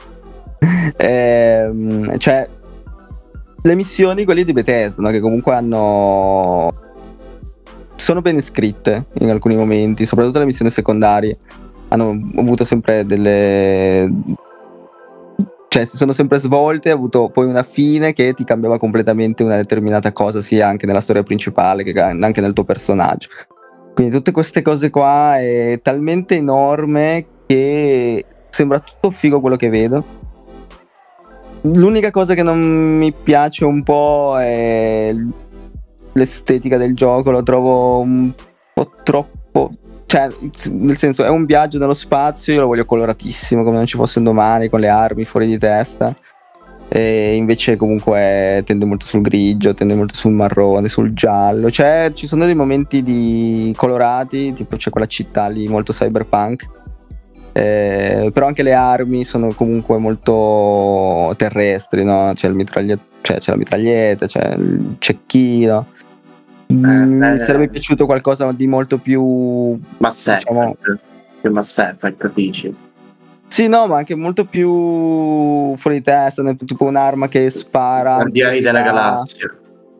Ehm, cioè le missioni, quelle di Bethesda, no? Che comunque hanno sono ben scritte in alcuni momenti, soprattutto le missioni secondarie hanno avuto sempre delle, cioè si sono sempre svolte, ha avuto poi una fine che ti cambiava completamente una determinata cosa, sia anche nella storia principale che anche nel tuo personaggio. Quindi tutte queste cose qua è talmente enorme che sembra tutto figo quello che vedo. L'unica cosa che non mi piace un po' è l'estetica del gioco, lo trovo un po' troppo, cioè nel senso è un viaggio nello spazio, io lo voglio coloratissimo come non ci fosse un domani, con le armi fuori di testa, e invece comunque tende molto sul grigio, tende molto sul marrone, sul giallo, cioè ci sono dei momenti di colorati, tipo c'è quella città lì molto cyberpunk, eh, però anche le armi sono comunque molto terrestri, no? C'è, il mitraglie- cioè, c'è la mitraglietta, c'è il cecchino. Mm, Eh, mi sarebbe piaciuto qualcosa di molto più, Mass Effect, diciamo, più Mass Effect, capisci? sì, no, ma anche molto più fuori di testa, ne- tipo un'arma che spara Guardiani della antichità. Galassia.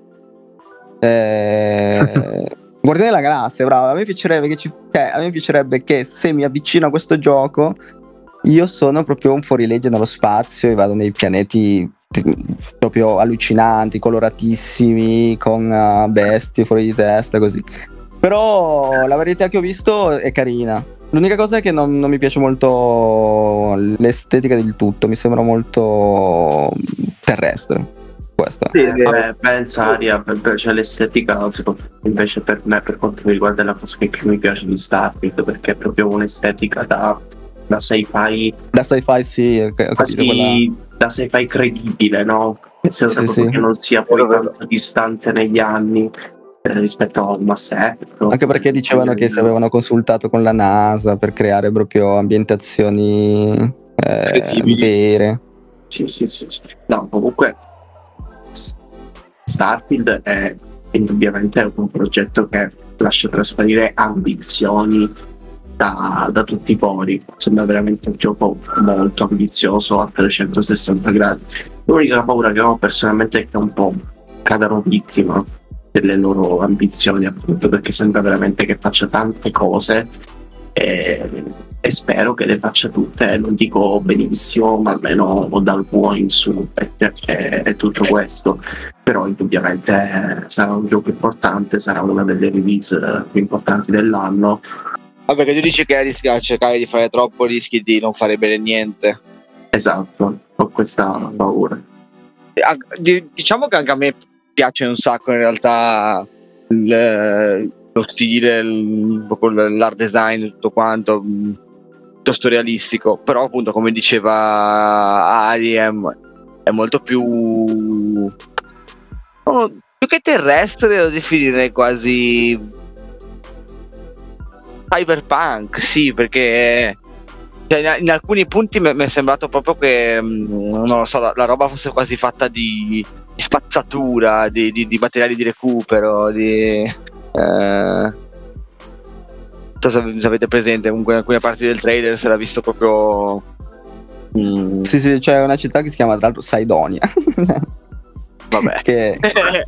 Eh, Guardiani della Galassia, bravo. A me piacerebbe che ci, cioè, a me piacerebbe che se mi avvicino a questo gioco io sono proprio un fuorilegge nello spazio e vado nei pianeti t- proprio allucinanti, coloratissimi, con uh, bestie fuori di testa, così. Però la varietà che ho visto è carina. L'unica cosa è che non, non mi piace molto l'estetica del tutto, mi sembra molto terrestre. Questo. Sì, eh, pensa Aria, per- per- cioè l'estetica secondo me, invece per me, per quanto mi riguarda, è la cosa che più mi piace di Starfield, perché è proprio un'estetica da, da sci-fi, Da sci-fi sì, ho capito, quasi quella- da sci-fi credibile, no? Che sembra Sì, proprio sì. che non sia poi Lo vedo. tanto distante negli anni eh, rispetto al Mass Effect. Anche perché dicevano che si avevano consultato con la NASA per creare proprio ambientazioni eh, Credibili. vere. Sì, sì, sì, sì. No, comunque S- Starfield è indubbiamente un progetto che lascia trasparire ambizioni da, da tutti i pori. Sembra veramente un gioco molto ambizioso a trecentosessanta gradi. L'unica paura che ho personalmente è che un po' cadano vittima delle loro ambizioni, appunto, perché sembra veramente che faccia tante cose e, e spero che le faccia tutte, non dico benissimo, ma almeno dal buon in su, e, e, e tutto questo. Però indubbiamente eh, sarà un gioco importante, sarà una delle release eh, più importanti dell'anno. Ma perché tu dici che rischia cercare di fare troppo, rischi di non fare bene niente. Esatto, ho questa paura. Diciamo che anche a me piace un sacco in realtà il, lo stile, il, l'art design, tutto quanto, piuttosto realistico, però appunto come diceva Ari è, è molto più oh, più che terrestre, lo definirei quasi cyberpunk, sì, perché cioè, in alcuni punti mi è sembrato proprio che non lo so, la, la roba fosse quasi fatta di, di spazzatura, di, di, di materiali di recupero, di eh, non so se avete presente, comunque in alcune parti del trailer si era visto proprio mm. sì sì, c'è una città che si chiama tra l'altro Saidonia. Vabbè. Che...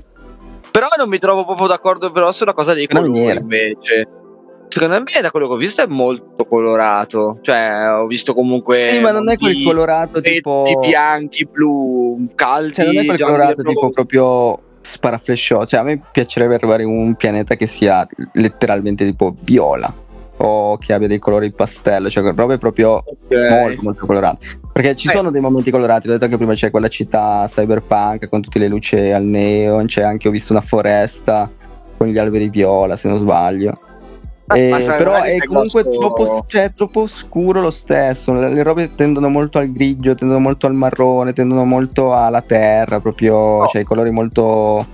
però non mi trovo proprio d'accordo però sulla cosa dei colori invece. Secondo me da quello che ho visto è molto colorato, cioè ho visto comunque sì, ma non è quel colorato tipo bianchi, blu, caldi, cioè non è quel colorato tipo proprio sparaflesciò, cioè a me piacerebbe arrivare in un pianeta che sia letteralmente tipo viola o che abbia dei colori pastello, cioè robe proprio okay. molto molto colorate, perché ci eh. sono dei momenti colorati. Ho detto che prima c'è quella città cyberpunk con tutte le luci al neon, c'è anche, ho visto una foresta con gli alberi viola se non sbaglio. Eh, però è comunque grosso... troppo, cioè, troppo scuro lo stesso. Le, le robe tendono molto al grigio, tendono molto al marrone, tendono molto alla terra, proprio, oh. cioè i colori molto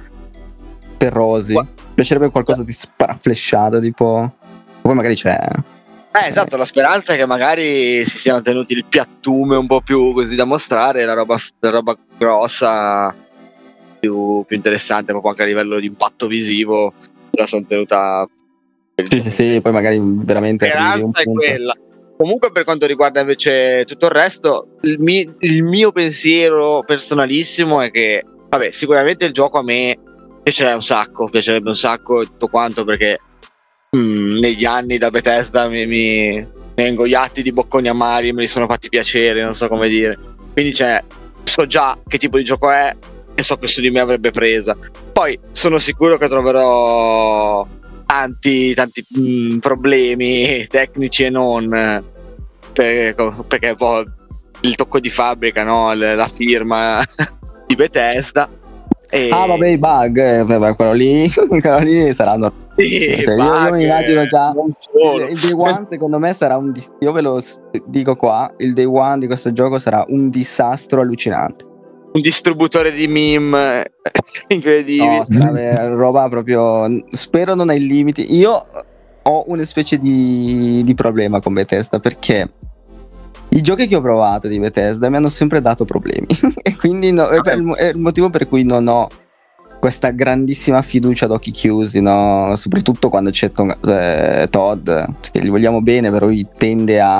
terrosi. Mi piacerebbe qualcosa di sparaflesciato, tipo. Poi magari c'è. Eh, esatto, la speranza è che magari si siano tenuti il piattume un po' più così da mostrare, la roba, la roba grossa, più, più interessante, proprio anche a livello di impatto visivo, la sono tenuta. Sì, sì, sì, poi magari veramente la speranza è quella. Comunque per quanto riguarda invece tutto il resto, il, mi, il mio pensiero personalissimo è che vabbè, sicuramente il gioco a me piacerebbe un sacco, piacerebbe un sacco tutto quanto, perché mm, negli anni da Bethesda mi, mi, mi ho ingoiati di bocconi amari, me li sono fatti piacere, non so come dire. Quindi cioè, so già che tipo di gioco è e so che su di me avrebbe presa. Poi sono sicuro che troverò tanti tanti mh, problemi tecnici e non, perché, perché poi il tocco di fabbrica, no? La firma di Bethesda e... ah vabbè, i bug, eh, vabbè, quello lì quello lì saranno sì, cioè, bug, io, io mi immagino già il, il day one secondo me sarà un dis- io ve lo dico qua, il day one di questo gioco sarà un disastro allucinante, un distributore di meme incredibile. No, strave, roba proprio. Spero non ai limiti. Io ho una specie di, di problema con Bethesda, perché i giochi che ho provato di Bethesda mi hanno sempre dato problemi e quindi no, è, per, è il motivo per cui non ho questa grandissima fiducia ad occhi chiusi, no? Soprattutto quando c'è to- eh, Todd, che gli vogliamo bene, però lui tende a,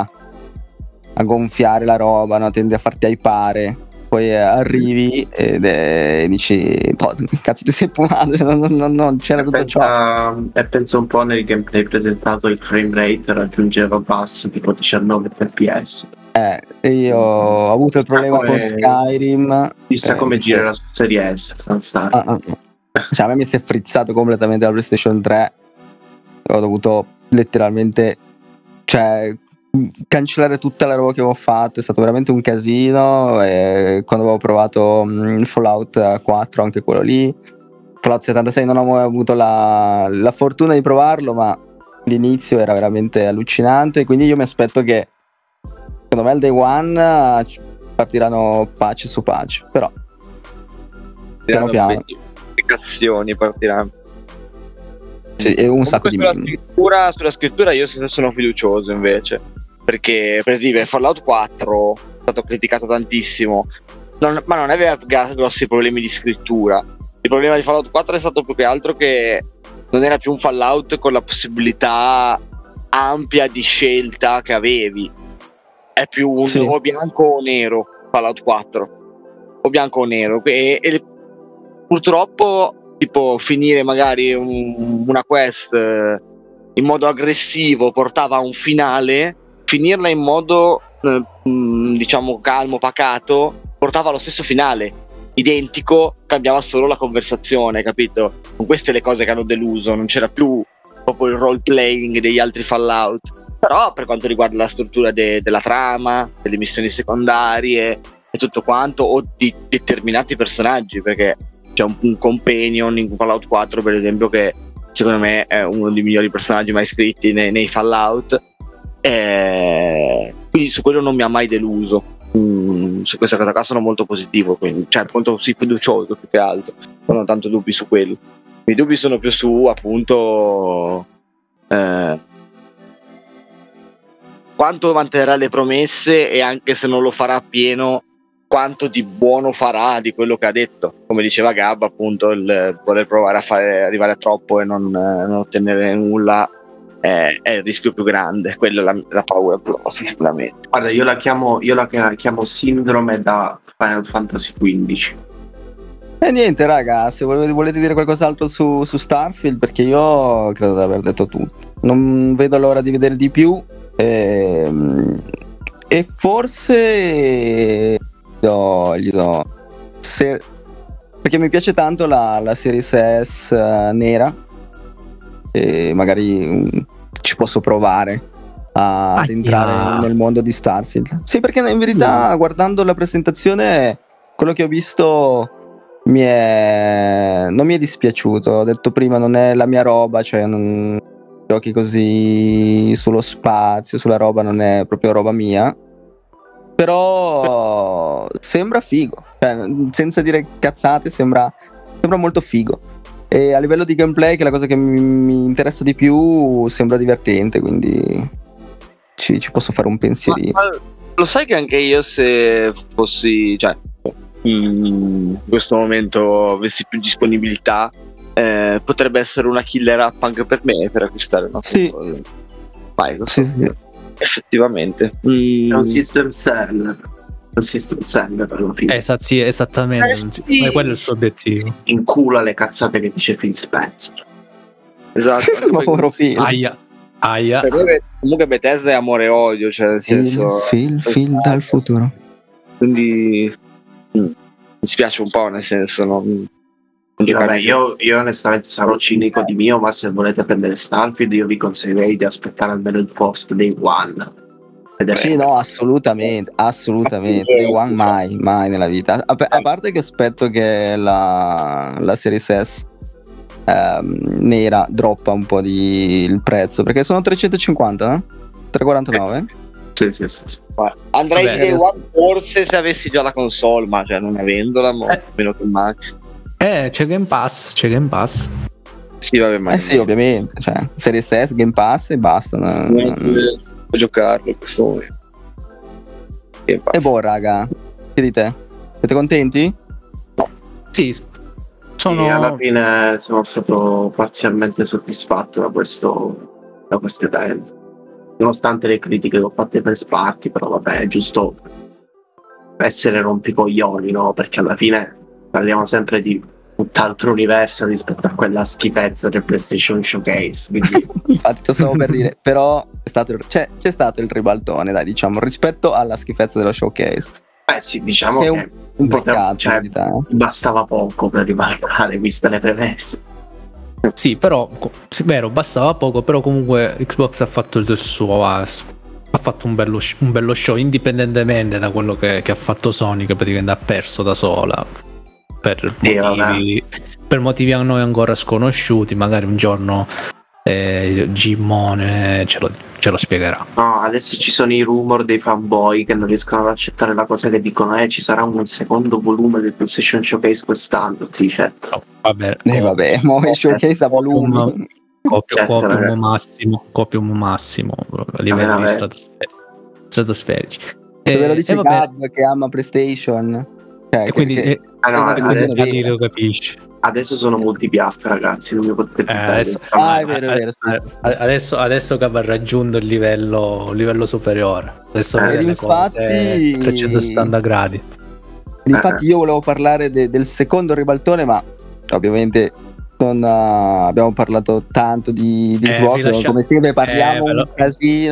a gonfiare la roba, no? Tende a farti hypare. Poi arrivi ed è, dici oh, cazzo ti sei fumato, cioè, non, non, non c'era e tutto pensa, ciò e penso un po' nel gameplay presentato il frame rate raggiungeva basso tipo diciannove F P S. Eh, io ho avuto il problema come, con Skyrim, chissà eh, come girerà su Serie S. Ah, ah, cioè a me mi si è frizzato completamente la PlayStation tre, ho dovuto letteralmente, cioè cancellare tutta la roba che avevo fatto, è stato veramente un casino. E quando avevo provato mh, Fallout quattro, anche quello lì, Fallout settantasei non ho mai avuto la, la fortuna di provarlo, ma l'inizio era veramente allucinante, quindi io mi aspetto che secondo me al day one partiranno patch su patch, però piano piano applicazioni partiranno. Sì, è un sacco di sulla scrittura, sulla scrittura io sono fiducioso invece, perché per dire Fallout quattro è stato criticato tantissimo, non, ma non aveva grossi problemi di scrittura. Il problema di Fallout quattro è stato più che altro che non era più un Fallout con la possibilità ampia di scelta che avevi, è più un sì. o bianco o nero Fallout quattro, o bianco o nero, e, e purtroppo tipo finire magari un, una quest in modo aggressivo portava a un finale finirla in modo eh, mh, diciamo calmo, pacato, portava allo stesso finale, identico, cambiava solo la conversazione, capito? Con queste le cose che hanno deluso, non c'era più proprio il role playing degli altri Fallout. Però per quanto riguarda la struttura de- della trama, delle missioni secondarie e tutto quanto, o di determinati personaggi, perché c'è un, un companion in Fallout quattro per esempio che secondo me è uno dei migliori personaggi mai scritti nei, nei Fallout, e quindi su quello non mi ha mai deluso. Mm, su questa cosa qua sono molto positivo, quindi, cioè molto sì, fiducioso più che altro, non ho tanto dubbi su quello. I dubbi sono più su appunto eh, quanto manterrà le promesse, e anche se non lo farà pieno, quanto di buono farà di quello che ha detto. Come diceva Gab, appunto, il voler provare a fare, arrivare a troppo e non, non ottenere nulla è, è il rischio più grande. Quella è la, la paura più grossa, sicuramente. Guarda, io la chiamo, io la chiamo sindrome da Final Fantasy quindici. E niente, raga, se volete, volete dire qualcos'altro su, su Starfield, perché io credo di aver detto tutto. Non vedo l'ora di vedere di più. E, e forse gli do, gli do se, perché mi piace tanto la, la Series S uh, nera, e magari um, ci posso provare a, ad entrare nel mondo di Starfield. Sì, perché in verità no. guardando la presentazione, quello che ho visto mi è non mi è dispiaciuto. Ho detto prima, non è la mia roba, cioè non, giochi così sullo spazio, sulla roba, non è proprio roba mia. Però sembra figo, cioè, senza dire cazzate, sembra, sembra molto figo. E a livello di gameplay, che è la cosa che mi, mi interessa di più, sembra divertente, quindi ci, ci posso fare un pensierino. Ma, ma lo sai che anche io, se fossi, cioè in questo momento avessi più disponibilità, eh, potrebbe essere una killer app anche per me, per acquistare una sì. console. Vai, lo so. Sì, sì. Effettivamente mm. è un system seller, un system seller per la fine. Eh, sì, esattamente, eh, sì. Quello è il suo obiettivo. In culo alle cazzate che dice Phil Spencer. Esatto. Ma povero Phil. Aia. Aia. Comunque Bethesda è amore e odio, cioè nel senso, Phil, Phil dal futuro. Quindi mm, mi spiace un po', nel senso non, non vabbè, io, io onestamente sarò cinico di mio, ma se volete prendere Starfield io vi consiglierei di aspettare almeno il post day one. Vedere. Sì, no, assolutamente, assolutamente. Day one mai, mai nella vita. A, a parte che aspetto che la, la Series S ehm, nera droppa un po' di il prezzo, perché sono trecentocinquanta, no? trecentoquarantanove? Sì, sì, sì, sì. Andrei Vabbè, di day adesso... one forse se avessi già la console, ma cioè non avendola, eh. meno che mai. Eh, c'è Game Pass, c'è Game Pass. Sì, vabbè, ma eh sì, ovviamente, cioè, Series S, Game Pass e basta. Non, non... Può giocarlo in questo momento. E boh, raga, che dite? Siete contenti? Sì, sono... Sì, alla fine sono stato parzialmente soddisfatto da questo da questo evento. Nonostante le critiche che ho fatte per Sparty, però vabbè, è giusto essere rompicoglioni, no? Perché alla fine parliamo sempre di tutt'altro universo rispetto a quella schifezza del PlayStation Showcase, quindi... Infatti te lo stavo per dire, però è stato il, c'è, c'è stato il ribaltone, dai, diciamo, rispetto alla schifezza dello Showcase. Eh sì, diciamo che, che è un, un peccato, cioè, in verità, eh. bastava poco per ribaltare, viste le premesse. Sì, però, sì, vero, bastava poco, però comunque Xbox ha fatto il suo, ha, ha fatto un bello, un bello show, indipendentemente da quello che, che ha fatto Sony, che praticamente ha perso da sola, per motivi, per motivi a noi ancora sconosciuti. Magari un giorno eh, Gimmone ce lo, ce lo spiegherà. No, adesso ci sono i rumor dei fanboy che non riescono ad accettare la cosa, che dicono eh ci sarà un secondo volume del PlayStation Showcase quest'anno. Sì, certo. No, vabbè, eh, vabbè, mo il showcase a volume. Copio, certo, copium massimo, copium massimo a livello di stratosferici. E ve lo dice Gab che ama PlayStation. Cioè, e quindi che, eh, ah, no, adesso, lo capisci. Adesso sono multipiatta, ragazzi, non mi potete eh, adesso, ah, è vero, è vero, eh, sì, sì. Adesso, adesso che ha raggiunto il livello, livello superiore. Adesso eh, vede le infatti, cose trecentosettanta gradi. Infatti io volevo parlare de, del secondo ribaltone, ma ovviamente non uh, abbiamo parlato tanto di, di eh, Xbox, lascia... come sempre parliamo eh, un casino.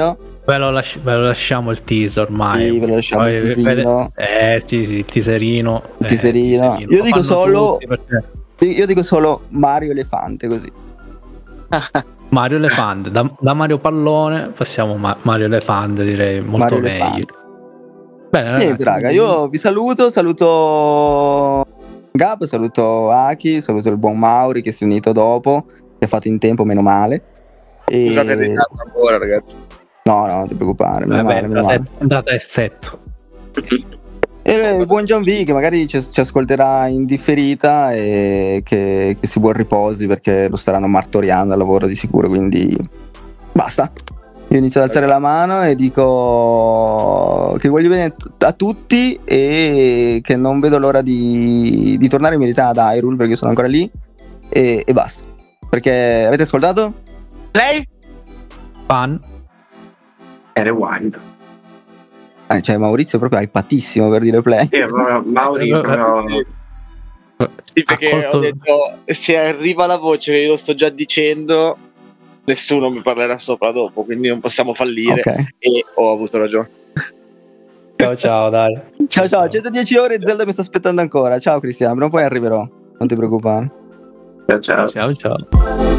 Ve lo, lasci- ve lo lasciamo il teaser ormai. Sì, ve lo lasciamo Poi il teaserino. vede- Eh sì, sì, il teaserino. Il eh, teaserino. teaserino. Io Lo dico fanno solo- tutti perché- Io dico solo Mario Elefante così. Mario Elefante, da, da Mario Pallone passiamo a Mario Elefante, direi molto Mario meglio. Elefante. Bene, ragazzi, Niente, raga, io vi saluto, saluto Gab, saluto Aki, saluto il buon Mauri che si è unito dopo, che ha fatto in tempo, meno male. E... Scusate il ritardo ancora, ragazzi. No, no, non ti preoccupare, meno Vabbè, male, meno male. è andata a effetto. E il buon Gian V che magari ci, ci ascolterà in differita e che, che si buon riposi perché lo staranno martoriando al lavoro di sicuro, quindi basta. Io inizio ad alzare la mano e dico che voglio bene a tutti e che non vedo l'ora di, di tornare in verità ad Hyrule perché sono ancora lì e, e basta. Perché avete ascoltato? Lei? Fan. E Rewind. Eh, cioè Maurizio è proprio hypatissimo per dire play. Sì, proprio Mauri Eh, proprio... Sì, perché Accolto- ho detto se arriva la voce che io lo sto già dicendo, nessuno mi parlerà sopra dopo, quindi non possiamo fallire. Ok. E ho avuto ragione. Ciao ciao, dai. Ciao ciao, centodieci ore e Zelda mi sta aspettando ancora. Ciao Cristiano, prima o poi arriverò. Non ti preoccupare. Ciao ciao. Ciao ciao.